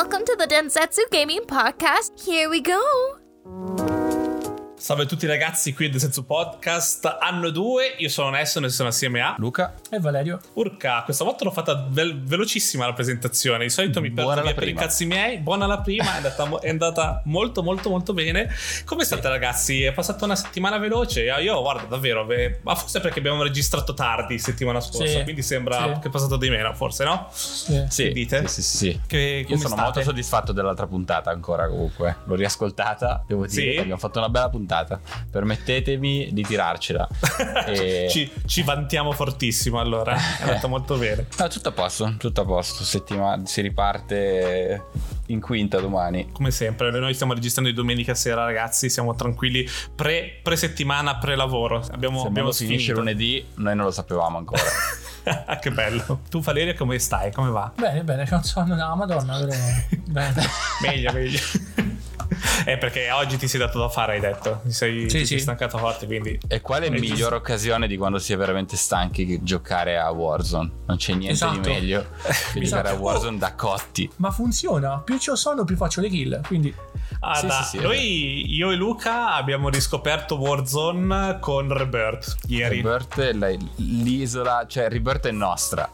Welcome to the Densetsu Gaming Podcast. Here we go. Salve a tutti ragazzi, qui è Densetsu Podcast anno 2. Io sono Nessun e sono assieme a Luca e Valerio. Urca, questa volta l'ho fatta velocissima la presentazione. Di solito mi perdo via per i cazzi miei. Buona la prima, è andata molto bene. Come state ragazzi? È passata una settimana veloce. Io guarda davvero, ma forse perché abbiamo registrato tardi settimana scorsa, quindi sembra che è passato di meno, forse, no? Sì. Dite? Sì. Io sono molto soddisfatto dell'altra puntata ancora, comunque. L'ho riascoltata, devo dire che abbiamo fatto una bella puntata. Permettetemi di tirarcela. Ci vantiamo fortissimo, allora. È andata molto bene. No, tutto a posto. Settimana si riparte in quinta domani. Come sempre, noi stiamo registrando di domenica sera, ragazzi. Siamo tranquilli pre-settimana, pre-lavoro. Abbiamo finisce lunedì, noi non lo sapevamo ancora. Che bello. Tu Valerio come stai? Come va? Bene, c'è un sonno della Madonna, però bene. meglio. Perché oggi ti sei dato da fare, hai detto. Ti sei stancato forte, quindi. E qual è la migliore occasione di quando si è veramente stanchi che giocare a Warzone? Non c'è niente di meglio che giocare a Warzone da cotti. Ma funziona, più c'ho sonno più faccio le kill, quindi io e Luca abbiamo riscoperto Warzone con Rebirth ieri. Rebirth è l'isola, cioè Rebirth è nostra.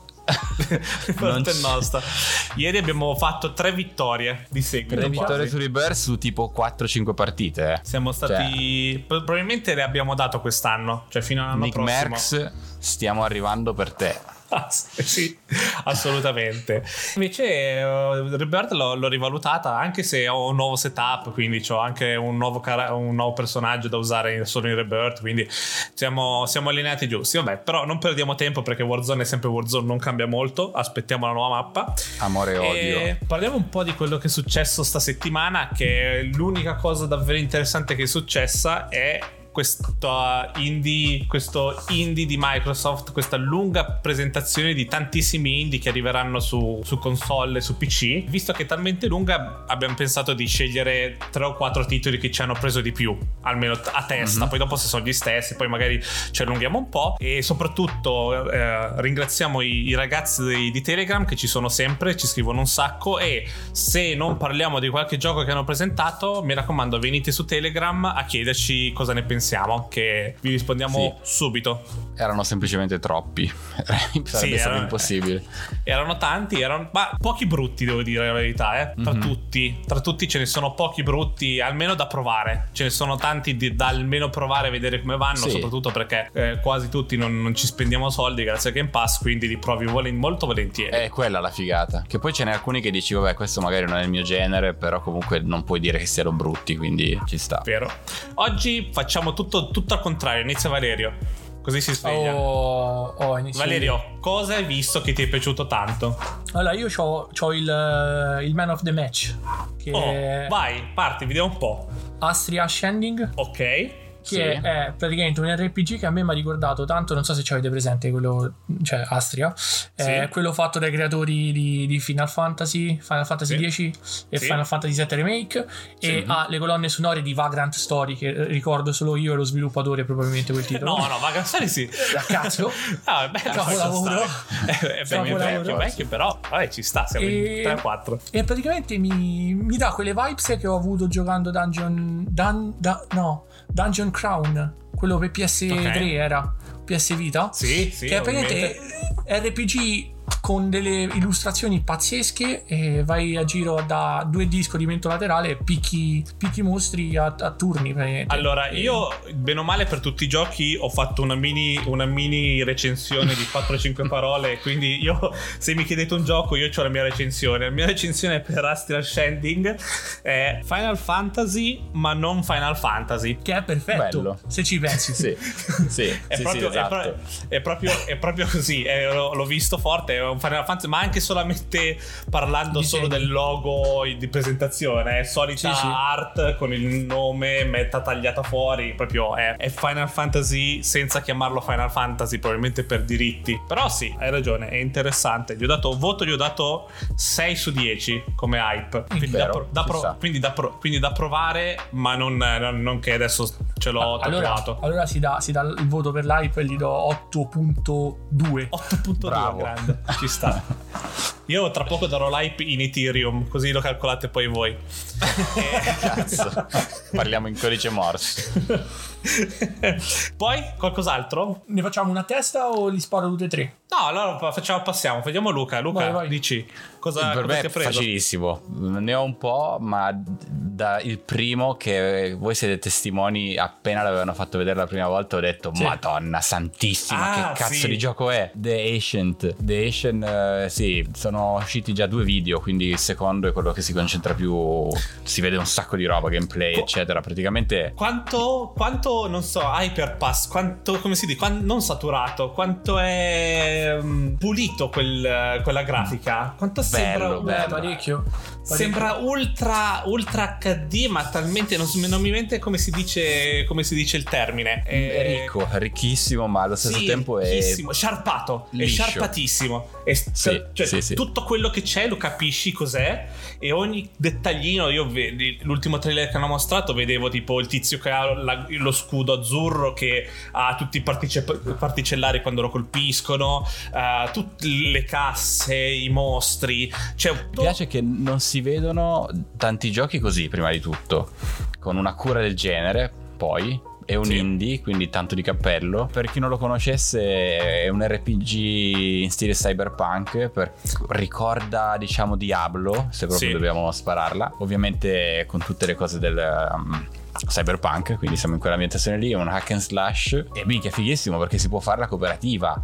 Ieri abbiamo fatto 3 vittorie di seguito. 3 vittorie su Rebirth su tipo 4-5 partite. Siamo stati probabilmente le abbiamo dato quest'anno, cioè fino all'anno Nick prossimo. Merckx, stiamo arrivando per te. Sì, assolutamente. Invece Rebirth l'ho rivalutata, anche se ho un nuovo setup, quindi ho anche un nuovo personaggio da usare solo in Rebirth, quindi siamo allineati giusti. Vabbè, però non perdiamo tempo perché Warzone è sempre Warzone, non cambia molto. Aspettiamo la nuova mappa. Amore e odio. Parliamo un po' di quello che è successo sta settimana, che l'unica cosa davvero interessante che è successa è questo indie di Microsoft, questa lunga presentazione di tantissimi indie che arriveranno su console e su PC. Visto che è talmente lunga, abbiamo pensato di scegliere 3 o 4 titoli che ci hanno preso di più, almeno a testa. Poi dopo, se sono gli stessi, poi magari ci allunghiamo un po'. E soprattutto ringraziamo i ragazzi di Telegram che ci sono sempre, ci scrivono un sacco. E se non parliamo di qualche gioco che hanno presentato, mi raccomando, venite su Telegram a chiederci cosa ne pensiamo, che vi rispondiamo subito. Erano semplicemente troppi. Sarebbe stato impossibile. Erano tanti, ma pochi brutti, devo dire la verità. Tra tutti ce ne sono pochi brutti, almeno da provare. Ce ne sono tanti da almeno provare e vedere come vanno, soprattutto perché quasi tutti non ci spendiamo soldi grazie a Game Pass, quindi li provi molto volentieri. È quella la figata. Che poi ce n'è alcuni che dici vabbè, questo magari non è il mio genere, però comunque non puoi dire che siano brutti, quindi ci sta. Vero. Oggi facciamo tutto al contrario. Inizia Valerio, così si sveglia. Valerio, cosa hai visto che ti è piaciuto tanto? Allora, io c'ho il Man of the Match che vai, parti, vediamo un po'. Astria Ascending. Ok. Che è praticamente un RPG che a me mi ha ricordato tanto, non so se ci avete presente quello, cioè Astria, è quello fatto dai creatori di Final Fantasy X e Final Fantasy VII Remake, e ha le colonne sonore di Vagrant Story, che ricordo solo io e lo sviluppatore probabilmente quel titolo. No, Vagrant Story sì. A cazzo. Capolavoro. È vecchio, però vabbè, ci sta, siamo in 3-4. E praticamente mi dà quelle vibes che ho avuto giocando Dungeon Crown, quello per PS3 era PS Vita, che è praticamente RPG con delle illustrazioni pazzesche, e vai a giro da 2D scorrimento laterale e picchi mostri a turni. Allora, io bene o male per tutti i giochi ho fatto una mini recensione di 4-5 parole, quindi io, se mi chiedete un gioco, io ho la mia recensione. La mia recensione per Astral Ascending è Final Fantasy, ma non Final Fantasy, che è perfetto. Bello. Se ci pensi. Esatto. È proprio così. L'ho visto forte. È un Final Fantasy, ma anche solamente parlando solo del logo di presentazione, è solita art con il nome meta tagliata fuori, proprio è Final Fantasy senza chiamarlo Final Fantasy, probabilmente per diritti. Però sì, hai ragione, è interessante. Gli ho dato 6 su 10 come hype, quindi da provare, ma non che adesso ce l'ho tatuato. Allora si dà il voto per l'hype e gli do 8.2. 8.2, grande. Ci sta. Io tra poco darò l'hype in Ethereum, così lo calcolate poi voi. Cazzo, parliamo in codice Morse. Poi qualcos'altro? Ne facciamo una testa o li sparo tutte e tre? No, allora passiamo, vediamo Luca. Vai. Dici cosa Per me ti è ha preso? facilissimo, ne ho un po', ma il primo che voi siete testimoni, appena l'avevano fatto vedere la prima volta ho detto Madonna santissima, che cazzo di gioco è? The Ancient, sì, sono usciti già 2 video, quindi il secondo è quello che si concentra più, si vede un sacco di roba, gameplay eccetera, praticamente quanto non so, Hyperpass, quanto, come si dice, non saturato, quanto è pulito quella grafica, quanto sembra parecchio. Sembra ultra HD, ma talmente non mi mente come si dice il termine. È ricco, è ricchissimo, ma allo stesso tempo è sciarpato, liscio. È sciarpatissimo. Sì. Tutto quello che c'è lo capisci cos'è, e ogni dettaglino. Io l'ultimo trailer che hanno mostrato vedevo tipo il tizio che ha lo scudo azzurro, che ha tutti i particellari quando lo colpiscono, tutte le casse, i mostri. Mi piace che non si vedono tanti giochi così, prima di tutto, con una cura del genere. Poi è un indie, quindi tanto di cappello. Per chi non lo conoscesse, è un RPG in stile cyberpunk, ricorda diciamo Diablo, se proprio dobbiamo spararla, ovviamente con tutte le cose del cyberpunk, quindi siamo in quell'ambientazione lì. È un hack and slash e minchia fighissimo, perché si può fare la cooperativa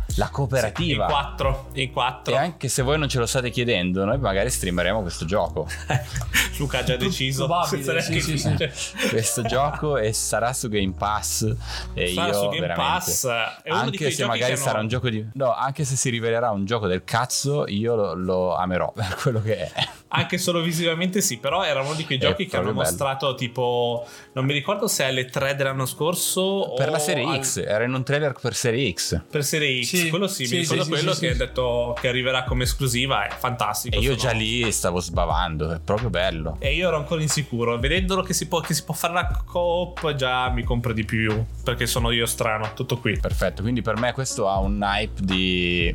in 4. E anche se voi non ce lo state chiedendo, noi magari streameremo questo gioco. Luca ha già deciso questo gioco, e sarà su Game Pass, e sarà su Game Pass, è uno anche se magari sarà un gioco anche se si rivelerà un gioco del cazzo, io lo amerò per quello che è. Anche solo visivamente sì, però era uno di quei giochi che hanno mostrato tipo, non mi ricordo se alle 3 dell'anno scorso per la serie X, era in un trailer per serie X. Per serie X, quello mi ricordo quello che ha detto che arriverà come esclusiva, è fantastico. E io già lì stavo sbavando, è proprio bello. E io ero ancora insicuro, vedendolo che si può fare la co-op, già mi compro di più, perché sono io strano, tutto qui. Perfetto, quindi per me questo ha un hype di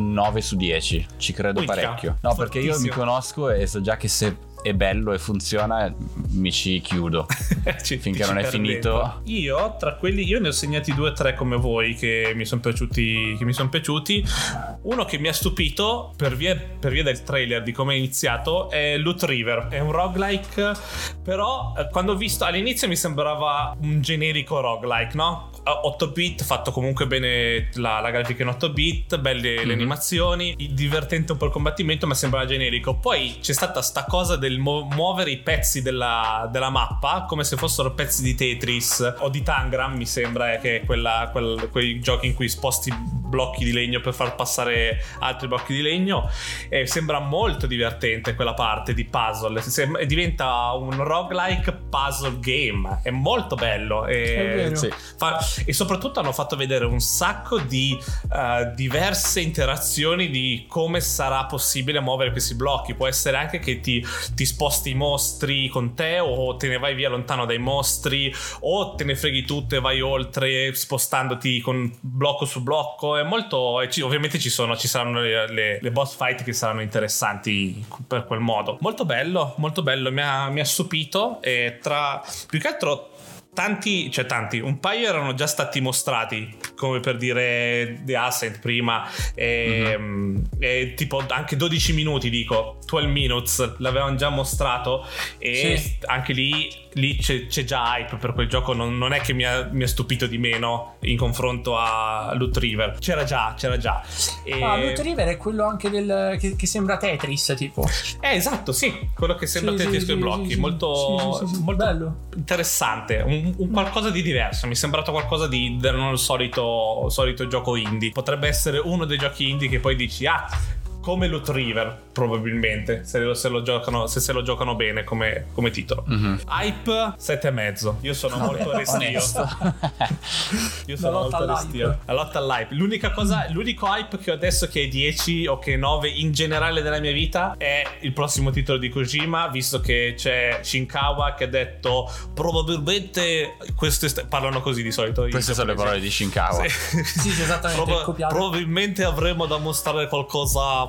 9 su 10, ci credo parecchio. No, perché io mi conosco e so già che se è bello e funziona mi ci chiudo finché non è finito. Io tra quelli ne ho segnati 2 o 3 come voi che mi sono piaciuti. Uno che mi ha stupito per via del trailer, di come è iniziato, è Loot River. È un roguelike, però quando ho visto all'inizio mi sembrava un generico roguelike, no? 8 bit, fatto comunque bene, la grafica in 8 bit, belle le animazioni, divertente un po' il combattimento, ma sembrava generico. Poi c'è stata sta cosa del muovere i pezzi della mappa come se fossero pezzi di Tetris o di Tangram, mi sembra, che è quei giochi in cui sposti blocchi di legno per far passare altri blocchi di legno, e sembra molto divertente quella parte di puzzle, diventa un roguelike puzzle game, è molto bello, e soprattutto hanno fatto vedere un sacco di diverse interazioni di come sarà possibile muovere questi blocchi. Può essere anche che ti sposti i mostri con te, o te ne vai via lontano dai mostri, o te ne freghi tutto e vai oltre spostandoti con blocco su blocco. È molto, ovviamente ci saranno le boss fight che saranno interessanti per quel modo. Molto bello, mi ha stupito, e tra più che altro tanti, un paio erano già stati mostrati, come per dire The Ascent prima, e tipo anche 12 minuti, 12 minutes l'avevano già mostrato, e anche lì c'è già hype per quel gioco. Non è che mi ha stupito di meno in confronto a Loot River, c'era già. Loot River è quello anche che sembra Tetris, tipo. Esatto, sì, quello che sembra Tetris con i blocchi, molto bello, interessante, un qualcosa di diverso. Mi è sembrato qualcosa di non il solito gioco indie. Potrebbe essere uno dei giochi indie che poi dici come Loot River, probabilmente, se lo giocano bene come titolo. Hype 7,5. Io sono molto restio. Io sono molto restio. La lotta all'hype. L'unico hype che ho adesso, che è 10 o che è 9 in generale della mia vita, è il prossimo titolo di Kojima, visto che c'è Shinkawa che ha detto probabilmente parlano così di solito. Queste sono le parole di Shinkawa. Sì, esattamente. Probabilmente avremo da mostrare qualcosa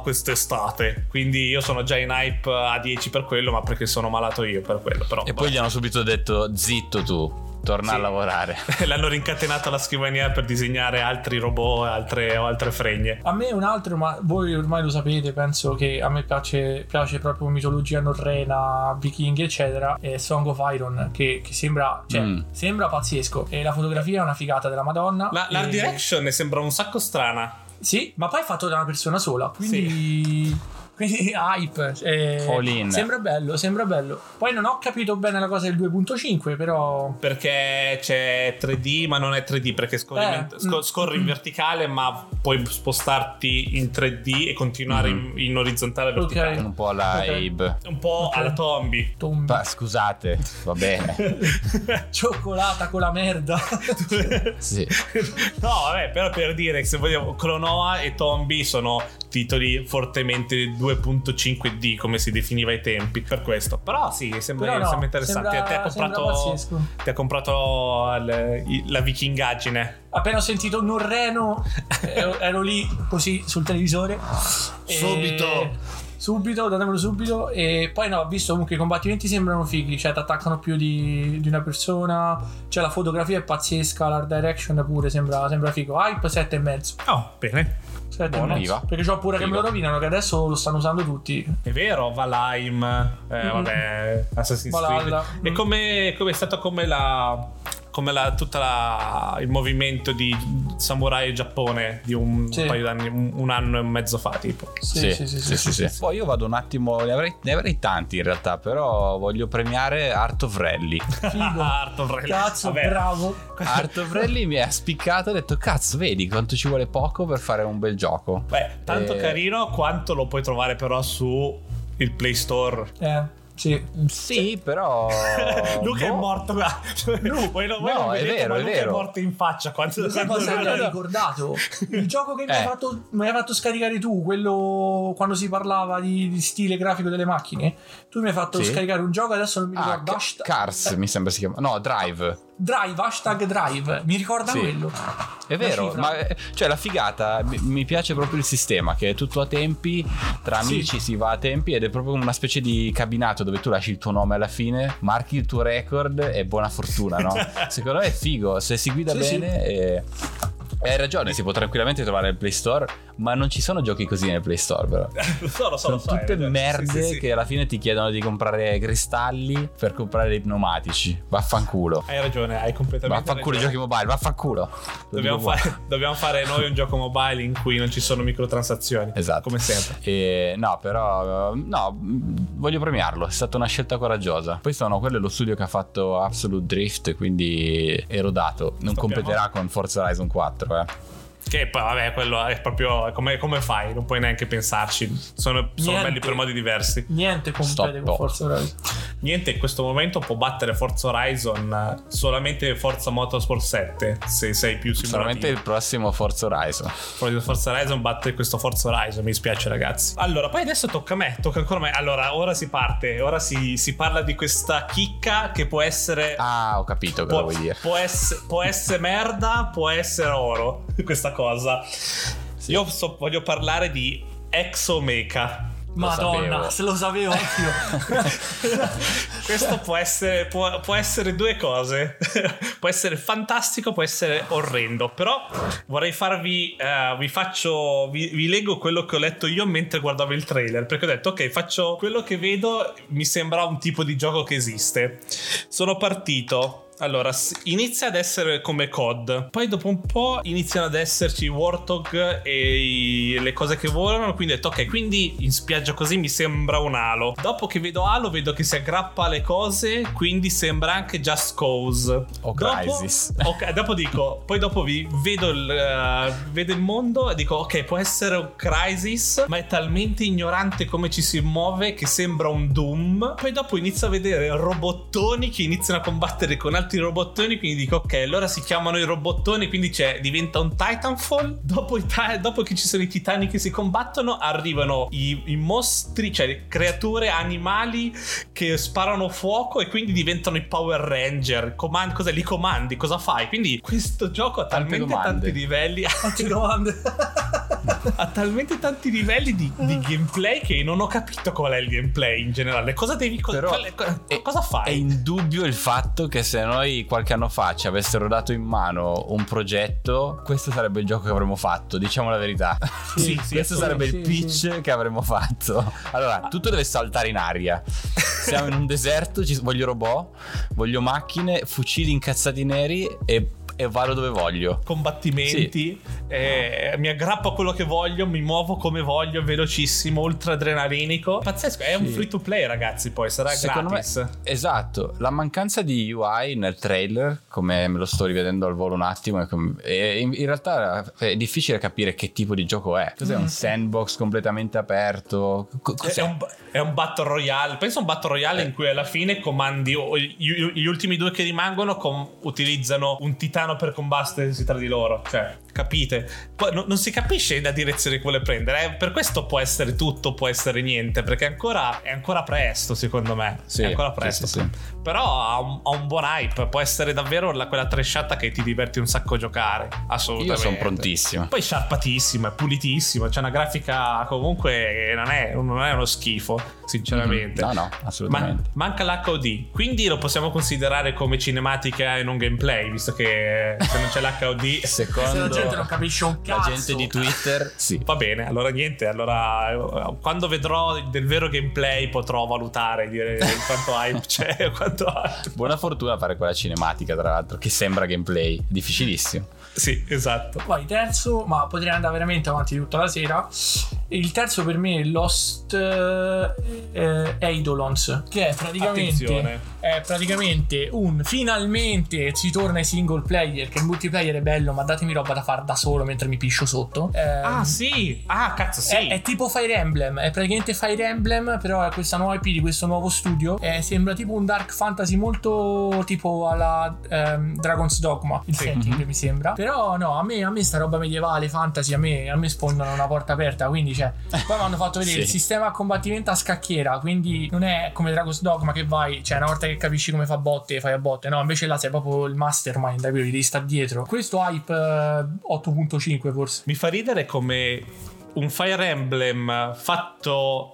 quest'estate, quindi io sono già in hype a 10 per quello, ma perché sono malato io per quello. Però e poi gli hanno subito detto zitto tu, torna a lavorare. L'hanno rincatenato alla scrivania per disegnare altri robot o altre fregne. A me un altro, ma voi ormai lo sapete, penso che a me piace proprio mitologia norrena, vichinghi eccetera, è Song of Iron, che sembra, cioè, sembra pazzesco, e la fotografia è una figata della Madonna. L'art direction ne sembra un sacco strana. Sì, ma poi è fatto da una persona sola, quindi hype, All in. sembra bello. Poi non ho capito bene la cosa del 2.5, però perché c'è 3D, ma non è 3D perché scorri in verticale, ma puoi spostarti in 3D e continuare in orizzontale e verticale. Un po' alla Abe, un po' alla Tombi. Scusate, va bene. Cioccolata con la merda. Sì. No, vabbè, però per dire che se vogliamo, Klonoa e Tombi sono titoli fortemente 2.5D come si definiva ai tempi, per questo. Però sì, sembra interessante. Ti ha comprato la vichingaggine. Appena ho sentito un norreno ero lì così sul televisore subito, datemelo subito. E poi no, ho visto comunque i combattimenti sembrano fighi, cioè ti attaccano più di una persona, cioè la fotografia è pazzesca, l'art direction pure sembra figo. Hype 7,5. Oh, bene. Perché c'ho pure che me lo rovinano, che adesso lo stanno usando tutti. È vero, Valheim, vabbè, Assassin's Creed. E come è stato il movimento di samurai Giappone di un paio d'anni, un anno e mezzo fa, tipo. Sì. Poi io vado un attimo, ne avrei tanti in realtà, però voglio premiare Art of Rally. Figo. Art of Rally. Cazzo, bravo. Art of Rally mi ha spiccato, ho detto cazzo, vedi quanto ci vuole poco per fare un bel gioco. Beh, tanto carino quanto lo puoi trovare però su il Play Store. Sì, però Luca è morto qua. No, è vero. Luca è morto in faccia quando mi hai ricordato il gioco che mi hai fatto scaricare tu, quello quando si parlava di stile grafico delle macchine. Tu mi hai fatto scaricare un gioco, adesso non mi ricordo. Cars mi sembra si chiama. No, Drive, hashtag Drive, mi ricorda quello. È vero, ma cioè la figata, mi piace proprio il sistema che è tutto a tempi, tra amici si va a tempi ed è proprio una specie di cabinato dove tu lasci il tuo nome alla fine, marchi il tuo record e buona fortuna, no? Secondo me è figo, se si guida bene e hai ragione, si può tranquillamente trovare nel Play Store, ma non ci sono giochi così nel Play Store, però. Sono tutte merde che alla fine ti chiedono di comprare cristalli per comprare dei pneumatici. Vaffanculo. Hai ragione, hai completamente vaffanculo ragione. I giochi mobile, vaffanculo. Dobbiamo fare noi un gioco mobile in cui non ci sono microtransazioni. Esatto. Come sempre. Voglio premiarlo, è stata una scelta coraggiosa. Poi quello è lo studio che ha fatto Absolute Drift, quindi ero dato. Non competerà con Forza Horizon 4, Che poi vabbè, quello è proprio come fai, non puoi neanche pensarci. Sono belli per modi diversi. Niente compete con Forza Horizon. Niente in questo momento può battere Forza Horizon, solamente Forza Motorsport 7, se sei più simulativo. Solamente il prossimo Forza Horizon. Forza Horizon batte questo Forza Horizon, mi spiace ragazzi. Allora, poi adesso tocca ancora a me. Allora, ora si parte, ora si parla di questa chicca che può essere... Ah, ho capito cosa vuoi dire. Può essere merda, può essere oro, questa cosa. Io voglio parlare di Exomecha. Madonna, se lo sapevo anch'io. Questo può essere due cose. Può essere fantastico, può essere orrendo. Però vorrei vi leggo quello che ho letto io mentre guardavo il trailer, perché ho detto ok, faccio quello che vedo, mi sembra un tipo di gioco che esiste. Sono partito. Allora, inizia ad essere come COD, poi dopo un po' iniziano ad esserci Warthog e le cose che volano, quindi ho detto ok, quindi in spiaggia così mi sembra un Halo. Dopo che vedo Halo vedo che si aggrappa alle cose, quindi sembra anche Just Cause o Crysis. Dopo dico, poi dopo vedo il mondo e dico ok, può essere un Crysis, ma è talmente ignorante come ci si muove che sembra un Doom. Poi dopo inizio a vedere robottoni che iniziano a combattere con altri robottoni, quindi dico ok, allora si chiamano i robottoni, quindi diventa un Titanfall. Dopo che ci sono i titani che si combattono, arrivano i mostri, cioè creature animali che sparano fuoco e quindi diventano i Power Ranger. Cosa li comandi? Cosa fai? Quindi questo gioco ha talmente tanti livelli. Tanti comandi. ha talmente tanti livelli di gameplay che non ho capito qual è il gameplay in generale. Cosa devi cosa fai? È indubbio il fatto che se noi qualche anno fa ci avessero dato in mano un progetto, questo sarebbe il gioco che avremmo fatto, diciamo la verità. Sì, questo sarebbe il pitch che avremmo fatto. Allora, tutto deve saltare in aria. Siamo in un deserto, voglio robot, voglio macchine, fucili incazzati neri e vado dove voglio. Combattimenti, mi aggrappo a quello che voglio, mi muovo come voglio, velocissimo, ultra adrenalinico. Pazzesco, è un free to play, ragazzi, poi sarà gratis. Esatto, la mancanza di UI nel trailer, come me lo sto rivedendo al volo un attimo, in realtà è difficile capire che tipo di gioco è. Cos'è un sandbox completamente aperto? È un battle royale. Penso a un battle royale in cui alla fine comandi gli ultimi due che rimangono utilizzano un titano per combattersi tra di loro. Cioè, capite? Poi non si capisce la direzione che vuole prendere. Per questo può essere tutto, può essere niente, perché è ancora presto, secondo me. Sì, è ancora presto. sì. Però ha un buon hype. Può essere davvero quella trashata che ti diverti un sacco a giocare. Assolutamente. Io sono prontissimo. Poi sharpatissimo, è pulitissimo. C'è una grafica comunque non è uno schifo, sinceramente. No, assolutamente. Manca l'HUD, quindi lo possiamo considerare come cinematica e non gameplay, visto che se non c'è l'HUD secondo la gente non capisce un cazzo. La gente di Twitter sì. Va bene, allora niente. Allora quando vedrò del vero gameplay potrò valutare, dire quanto hype c'è, quanto hype. Buona fortuna a fare quella cinematica, tra l'altro, che sembra gameplay. Difficilissimo. Sì, esatto. Poi terzo, ma potrei andare veramente avanti tutta la sera. Il terzo per me è Lost Eidolons, che è praticamente un finalmente si torna ai single player, che il multiplayer è bello, ma datemi roba da fare da solo mentre mi piscio sotto. Sì. Cazzo, sì. È tipo Fire Emblem, è praticamente Fire Emblem, però è questa nuova IP di questo nuovo studio. Sembra tipo un dark fantasy molto tipo alla Dragon's Dogma, il setting mi sembra. Però no, a me sta roba medievale, fantasy, a me sfondano una porta aperta, quindi poi mi hanno fatto vedere il sistema a combattimento a scacchiera, quindi non è come Dragon's Dogma che vai, cioè una volta che capisci come fa botte fai a botte, no, invece là sei proprio il mastermind, quello devi stare dietro. Questo hype 8.5 forse. Mi fa ridere come un Fire Emblem fatto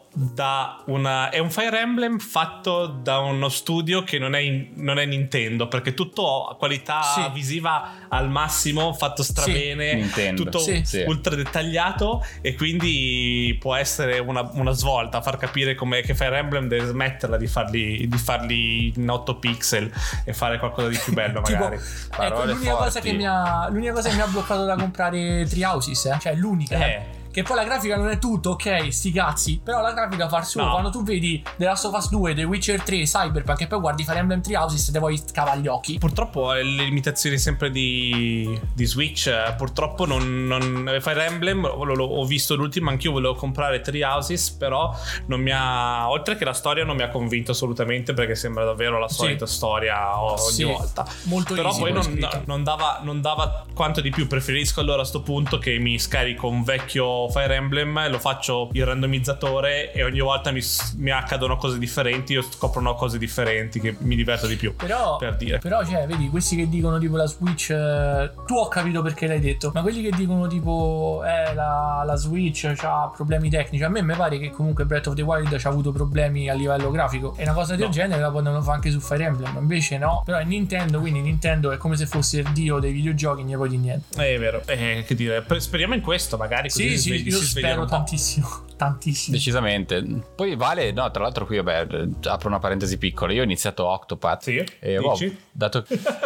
è un Fire Emblem fatto da uno studio che non è Nintendo, perché tutto a qualità visiva al massimo, fatto strabene, tutto ultra dettagliato, e quindi può essere una svolta, far capire che Fire Emblem deve smetterla di farli in 8 pixel e fare qualcosa di più bello magari. Ecco, l'unica cosa che mi ha bloccato da comprare Three Houses, cioè l'unica che poi la grafica non è tutto, ok, sti cazzi, però la grafica fa il suo. Quando tu vedi The Last of Us 2, The Witcher 3, Cyberpunk e poi guardi Fire Emblem Three Houses, te vuoi scavare gli occhi. Purtroppo le limitazioni sempre di Switch, purtroppo non Fire Emblem ho visto l'ultimo, anch'io volevo comprare Three Houses, però oltre che la storia non mi ha convinto assolutamente, perché sembra davvero la solita storia ogni volta. Molto però easy, poi non dava quanto di più. Preferisco allora a sto punto che mi scarico un vecchio Fire Emblem, lo faccio il randomizzatore e ogni volta mi accadono cose differenti, io scopro cose differenti che mi diverto di più. Però cioè, vedi, questi che dicono tipo la Switch, tu ho capito perché l'hai detto, ma quelli che dicono tipo la Switch c'ha problemi tecnici, a me mi pare che comunque Breath of the Wild c'ha avuto problemi a livello grafico, e una cosa del genere la potevano fare anche su Fire Emblem, invece no. Però è Nintendo, quindi Nintendo è come se fosse il dio dei videogiochi, non gli puoi di niente. È vero, che dire, speriamo in questo, magari così io spero tantissimo. Decisamente. Poi Vale, no, tra l'altro qui apro una parentesi piccola, io ho iniziato Octopath e dato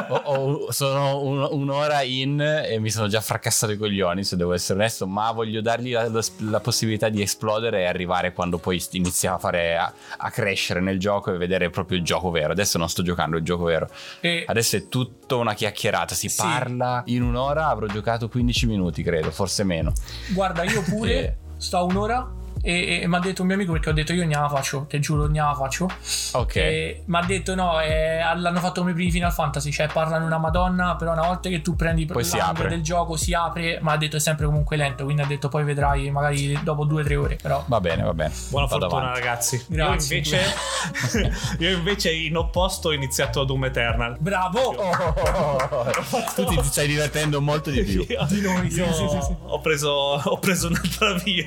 sono un'ora in e mi sono già fracassato i coglioni, se devo essere onesto, ma voglio dargli la possibilità di esplodere e arrivare quando poi inizia a crescere nel gioco e vedere proprio il gioco vero. Adesso non sto giocando il gioco vero, adesso è tutto una chiacchierata, si parla. In un'ora avrò giocato 15 minuti credo, forse meno. Guarda, io pure sto a un'ora e mi ha detto un mio amico, perché ho detto io non la faccio, te giuro non la faccio, ok, mi ha detto no, l'hanno fatto come i primi Final Fantasy, cioè parlano una madonna, però una volta che tu prendi l'angolo del gioco si apre, ma ha detto è sempre comunque lento, quindi ha detto poi vedrai magari dopo 2-3 ore, però va bene. Buona fortuna ragazzi. Grazie. Io invece in opposto ho iniziato Doom Eternal. bravo. Tu ti stai divertendo molto di più. Io ho preso un'altra via,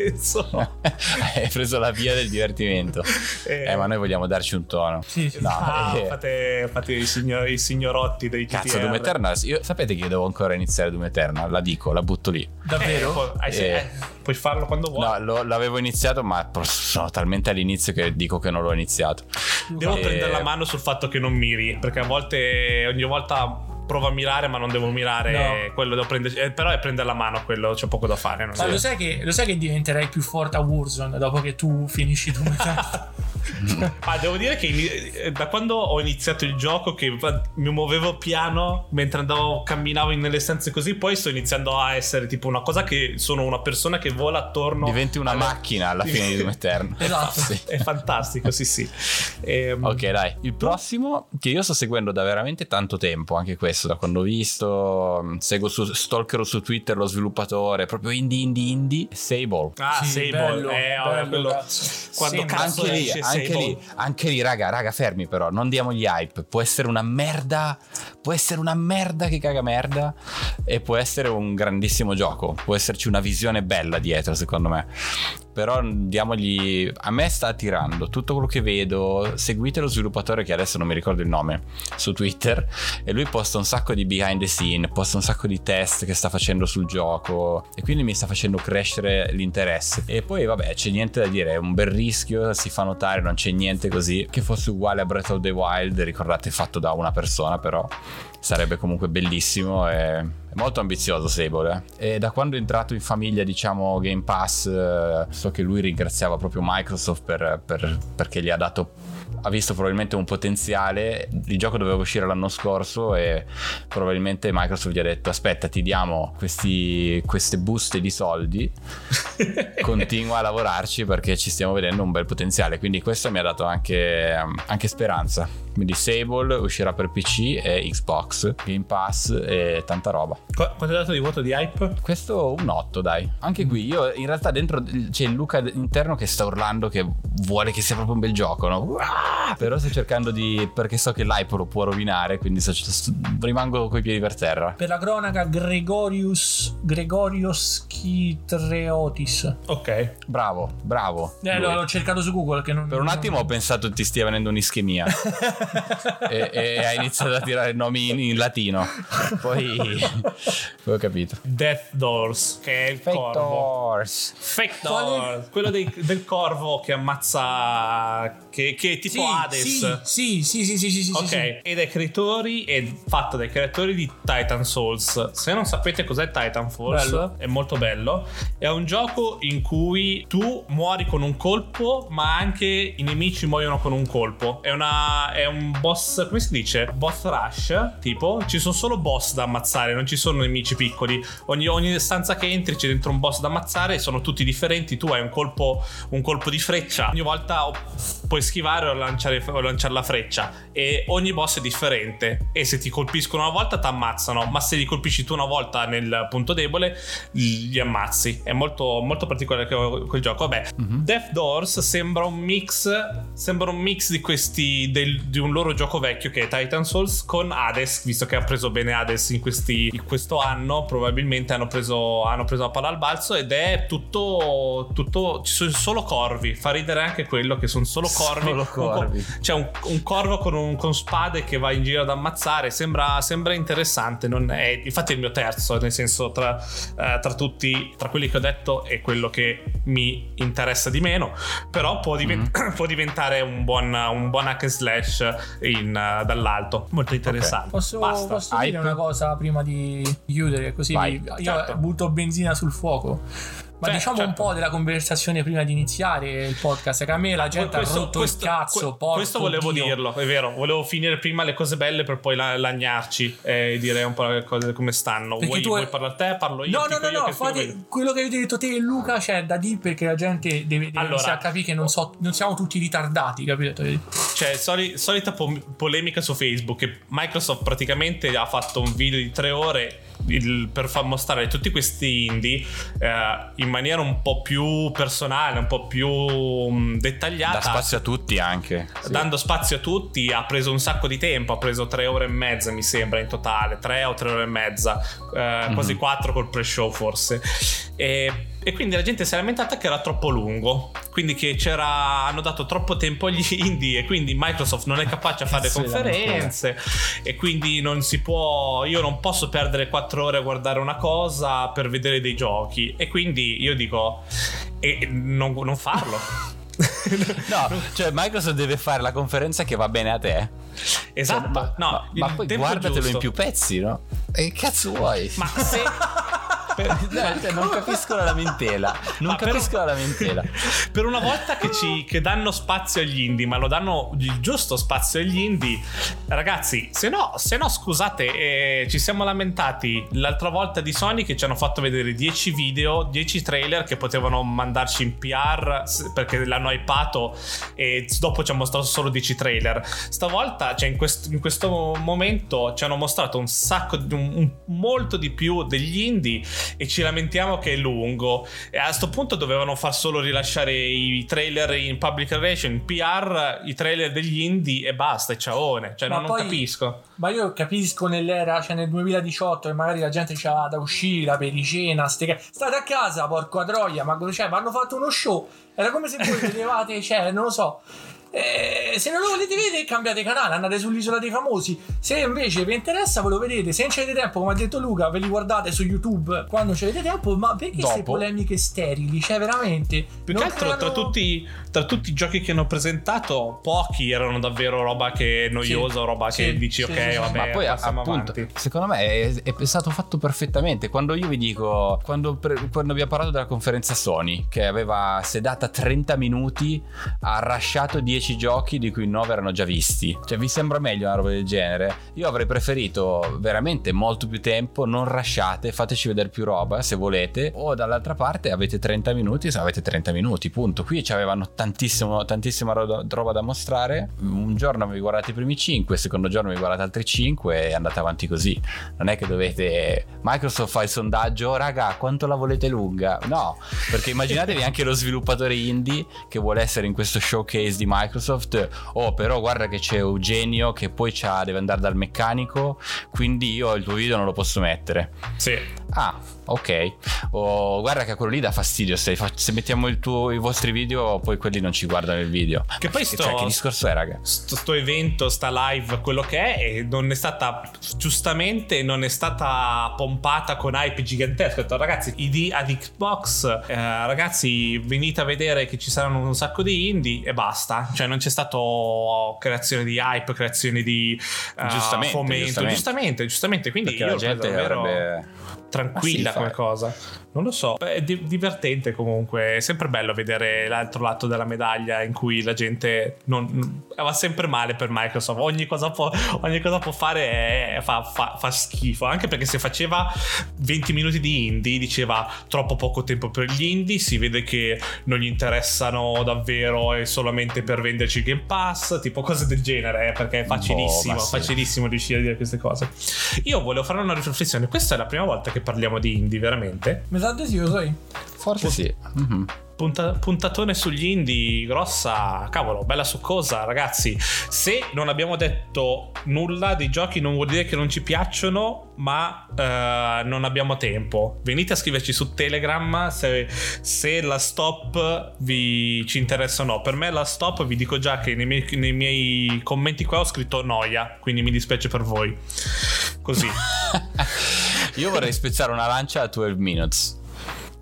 Hai preso la via del divertimento. Ma noi vogliamo darci un tono. Sì. No, fate i signorotti dei GTR. Cazzo, Doom Eternal. Sapete che io devo ancora iniziare Doom Eternal? La dico, la butto lì. Davvero? Puoi farlo quando vuoi. No, l'avevo iniziato, ma sono talmente all'inizio che dico che non l'ho iniziato. Devo prendere la mano sul fatto che non miri, perché a volte, ogni volta provo a mirare, ma non devo mirare. Quello devo prendere, però è prendere la mano, quello c'è poco da fare. Ma lo sai che diventerai più forte a Warzone dopo che tu finisci tu devo dire che da quando ho iniziato il gioco, che mi muovevo piano mentre camminavo nelle stanze così, poi sto iniziando a essere tipo una cosa che sono una persona che vola attorno, diventi una macchina alla fine di Doom Eternal. Esatto. Sì. È fantastico, sì. Ok, dai, il prossimo che io sto seguendo da veramente tanto tempo, anche questo da quando ho visto, seguo stalkero su Twitter lo sviluppatore, proprio indie, Sable. Sable, bello, quello quando cazzo esce anche lì, raga, fermi però, non diamo gli hype. Può essere una merda che caga merda, e può essere un grandissimo gioco, può esserci una visione bella dietro, secondo me. Però diamogli, a me sta attirando tutto quello che vedo. Seguite lo sviluppatore, che adesso non mi ricordo il nome, su Twitter, e lui posta un sacco di behind the scene, posta un sacco di test che sta facendo sul gioco, e quindi mi sta facendo crescere l'interesse. E poi vabbè, c'è niente da dire, è un bel rischio, si fa notare, non c'è niente così che fosse uguale a Breath of the Wild, ricordate, fatto da una persona, però sarebbe comunque bellissimo. È molto ambizioso Sable, e da quando è entrato in famiglia, diciamo, Game Pass, so che lui ringraziava proprio Microsoft perché gli ha visto probabilmente un potenziale. Il gioco doveva uscire l'anno scorso e probabilmente Microsoft gli ha detto: aspetta, ti diamo queste buste di soldi, continua a lavorarci perché ci stiamo vedendo un bel potenziale. Quindi questo mi ha dato anche speranza. Quindi Sable uscirà per PC e Xbox, Game Pass e tanta roba. Quanto hai dato di voto di hype? Questo un 8, dai. Anche qui io in realtà dentro c'è il Luca interno che sta urlando che vuole che sia proprio un bel gioco, no? Però sto cercando perché so che l'hype lo può rovinare, quindi rimango coi piedi per terra. Per la cronaca, Gregorios Kitreotis. Ok, bravo. L'ho cercato su Google, che non, per un attimo ho pensato ti stia venendo un'ischemia e hai iniziato a tirare nomi in latino, poi ho capito. Death Doors, che è il corvo. Fake Doors, quello del corvo che ammazza, che è tipo Hades. Sì. Ok, sì. ed è fatto dai creatori di Titan Souls. Se non sapete cos'è Titan Souls, è molto bello. È un gioco in cui tu muori con un colpo, ma anche i nemici muoiono con un colpo. È un boss, come si dice? Boss rush, tipo. Ci sono solo boss da ammazzare, non ci sono nemici piccoli. Ogni stanza che entri c'è dentro un boss da ammazzare, sono tutti differenti. Tu hai un colpo di freccia, ogni volta puoi schivare o lanciare la freccia, e ogni boss è differente, e se ti colpiscono una volta ti ammazzano, ma se li colpisci tu una volta nel punto debole li ammazzi. È molto, molto particolare quel gioco. Vabbè, Death Doors sembra un mix di un loro gioco vecchio che è Titan Souls con Hades, visto che ha preso bene Hades in questo anno, probabilmente hanno preso la palla al balzo, ed è tutto ci sono solo corvi. Fa ridere anche quello che sono solo corvi. C'è un corvo con spade che va in giro ad ammazzare. Sembra interessante. Infatti è il mio terzo, nel senso tra quelli che ho detto è quello che mi interessa di meno, però può diventare un buon hack and slash dall'alto, molto interessante. Posso dire una cosa prima di chiudere, così? Vai, io butto benzina sul fuoco. Ma diciamo un po' della conversazione prima di iniziare il podcast, che a me la gente ha rotto il cazzo. Questo volevo dirlo, è vero. Volevo finire prima le cose belle per poi lagnarci e dire un po' le cose come stanno. Vuoi parlare te? Parlo io? No, fate quello che avete detto te e Luca, c'è da dire, perché la gente deve iniziare a capire che non siamo tutti ritardati, capito? Cioè, solita polemica su Facebook, che Microsoft praticamente ha fatto un video di 3 ore per far mostrare tutti questi indie in maniera un po' più personale, un po' più dettagliata, dà spazio a tutti anche, sì. Dando spazio a tutti. Ha preso un sacco di tempo, ha preso 3 ore e mezza mi sembra in totale, 3 o 3 ore e mezza, quasi 4 col pre-show forse, e quindi la gente si è lamentata che era troppo lungo, quindi che hanno dato troppo tempo agli indie, e quindi Microsoft non è capace a fare conferenze, e quindi io non posso perdere 4 ore a guardare una cosa per vedere dei giochi, e quindi io dico non farlo. No, cioè Microsoft deve fare la conferenza che va bene a te. Esatto. Ma poi guardatelo giusto in più pezzi, no? E che cazzo vuoi? Ma se non capisco la lamentela. Per una volta che danno spazio agli indie, ma lo danno il giusto spazio agli indie, ragazzi. Se no scusate, ci siamo lamentati l'altra volta di Sony che ci hanno fatto vedere 10 video, 10 trailer che potevano mandarci in PR perché l'hanno hypato, e dopo ci hanno mostrato solo 10 trailer. Stavolta, cioè in questo momento, ci hanno mostrato un sacco, molto di più degli indie, e ci lamentiamo che è lungo. E a sto punto dovevano far solo rilasciare i trailer in public relation, in PR, i trailer degli indie, e basta, e ciaone. Cioè non capisco. Ma io capisco nell'era, cioè nel 2018, e magari la gente c'ha da uscire, la pericena, state a casa, porco a troia, ma hanno fatto uno show, era come se voi vedevate, cioè non lo so. Se non lo volete vedere, cambiate canale, andate sull'Isola dei Famosi. Se invece vi interessa, ve lo vedete. Se non avete tempo, come ha detto Luca, ve li guardate su YouTube quando avete tempo. Ma perché queste polemiche sterili? Cioè veramente, più che altro tra tutti i giochi che hanno presentato, pochi erano davvero roba che è noiosa, roba che dici ok, vabbè, ma poi passiamo appunto avanti. Secondo me è stato fatto perfettamente. Quando io vi dico, quando abbiamo parlato della conferenza Sony, che aveva sedata 30 minuti, ha rasciato 10 giochi di cui 9 erano già visti. Cioè, vi sembra meglio una roba del genere? Io avrei preferito veramente molto più tempo. Non rasciate, fateci vedere più roba se volete, o dall'altra parte avete 30 minuti, se avete 30 minuti, punto. Qui avevano tantissima roba da mostrare. Un giorno vi guardate i primi 5, il secondo giorno vi guardate altri 5 e andate avanti così. Non è che dovete, Microsoft fa il sondaggio, raga, quanto la volete lunga? No, perché immaginatevi anche lo sviluppatore indie che vuole essere in questo showcase di Microsoft. Però guarda che c'è Eugenio che poi deve andare dal meccanico, quindi io il tuo video non lo posso mettere. Sì. Ah, ok. Guarda che quello lì dà fastidio. Se mettiamo i vostri video, poi quelli non ci guardano il video. Che poi che discorso è, raga? Sto evento, sta live, quello che è, e non è stata, giustamente non è stata pompata con hype gigantesco. Ho detto, ragazzi, ad Xbox, ragazzi, venite a vedere che ci saranno un sacco di indie e basta. Cioè non c'è stato creazione di hype, creazione di fomento. Giustamente. Quindi perché io la gente davvero tranquilla come cosa. Non lo so, è divertente comunque. È sempre bello vedere l'altro lato della medaglia, in cui la gente va sempre male per Microsoft. Ogni cosa può fare fa schifo. Anche perché se faceva 20 minuti di indie, diceva troppo poco tempo per gli indie, si vede che non gli interessano davvero, è solamente per venderci il Game Pass, tipo cose del genere, perché è facilissimo riuscire a dire queste cose. Io volevo fare una riflessione. Questa è la prima volta che parliamo di indie, veramente? Mi sa di sì, lo sai? Forse sì. Mm-hmm. Puntatone sugli indie grossa, cavolo, bella succosa, ragazzi. Se non abbiamo detto nulla dei giochi non vuol dire che non ci piacciono, ma non abbiamo tempo. Venite a scriverci su Telegram se la stop ci interessa o no. Per me la stop, vi dico già che nei miei commenti qua ho scritto noia, quindi mi dispiace per voi. Così. Io vorrei spezzare una lancia a 12 Minutes.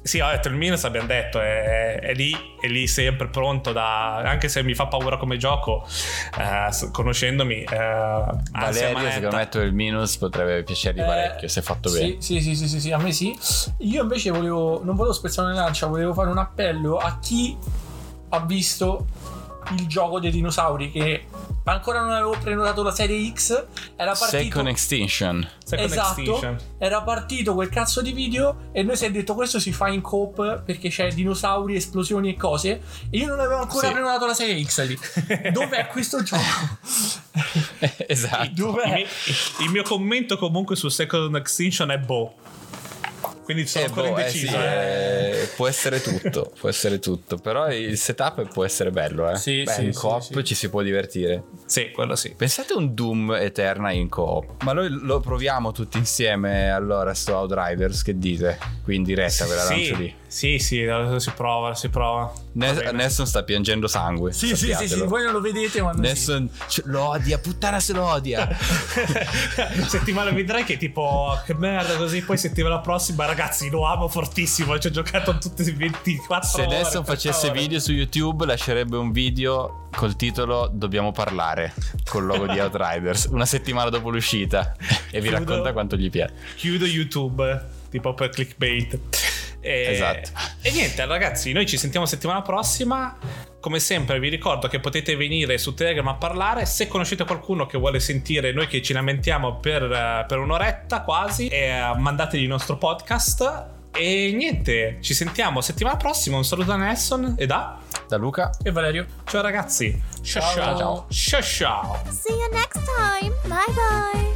Sì, ho detto il minus, abbiamo detto, è lì sempre pronto anche se mi fa paura come gioco, conoscendomi. Valerio, secondo me il minus potrebbe piacergli parecchio se fatto bene. Sì, a me sì. Io invece non volevo spezzare una lancia, volevo fare un appello a chi ha visto il gioco dei dinosauri, che ancora non avevo prenotato la serie X, era partito Second Extinction. Era partito quel cazzo di video e noi si è detto questo si fa in coop perché c'è dinosauri, esplosioni e cose, e io non avevo ancora prenotato la serie X lì. Dov'è questo gioco? Esatto. Dov'è? Il mio commento comunque su Second Extinction è quindi sono ancora indeciso. Può essere tutto, però il setup può essere bello, in coop ci si può divertire. Sì, quello sì. Pensate un Doom Eterna in coop. Ma noi lo proviamo tutti insieme allora sto Outriders, che dite? Qui in diretta ve la lancio lì. Sì, si prova. Nessun sta piangendo sangue. Sì, voi non lo vedete, ma Nessun lo odia, puttana se lo odia. Settimana vedrai che tipo che merda così, poi settimana prossima ragazzi lo amo fortissimo, ci ho giocato tutte le 24 Se ore. Nessun facesse video su YouTube lascerebbe un video col titolo Dobbiamo parlare, col logo di Outriders, una settimana dopo l'uscita, e vi racconta quanto gli piace. Chiudo YouTube tipo per clickbait. Esatto. E niente ragazzi, noi ci sentiamo settimana prossima. Come sempre vi ricordo che potete venire su Telegram a parlare. Se conoscete qualcuno che vuole sentire noi che ci lamentiamo per un'oretta quasi, mandategli il nostro podcast. E niente, ci sentiamo settimana prossima. Un saluto da Nelson e da Luca e Valerio. Ciao ragazzi. Ciao. Ciao. See you next time. Bye bye.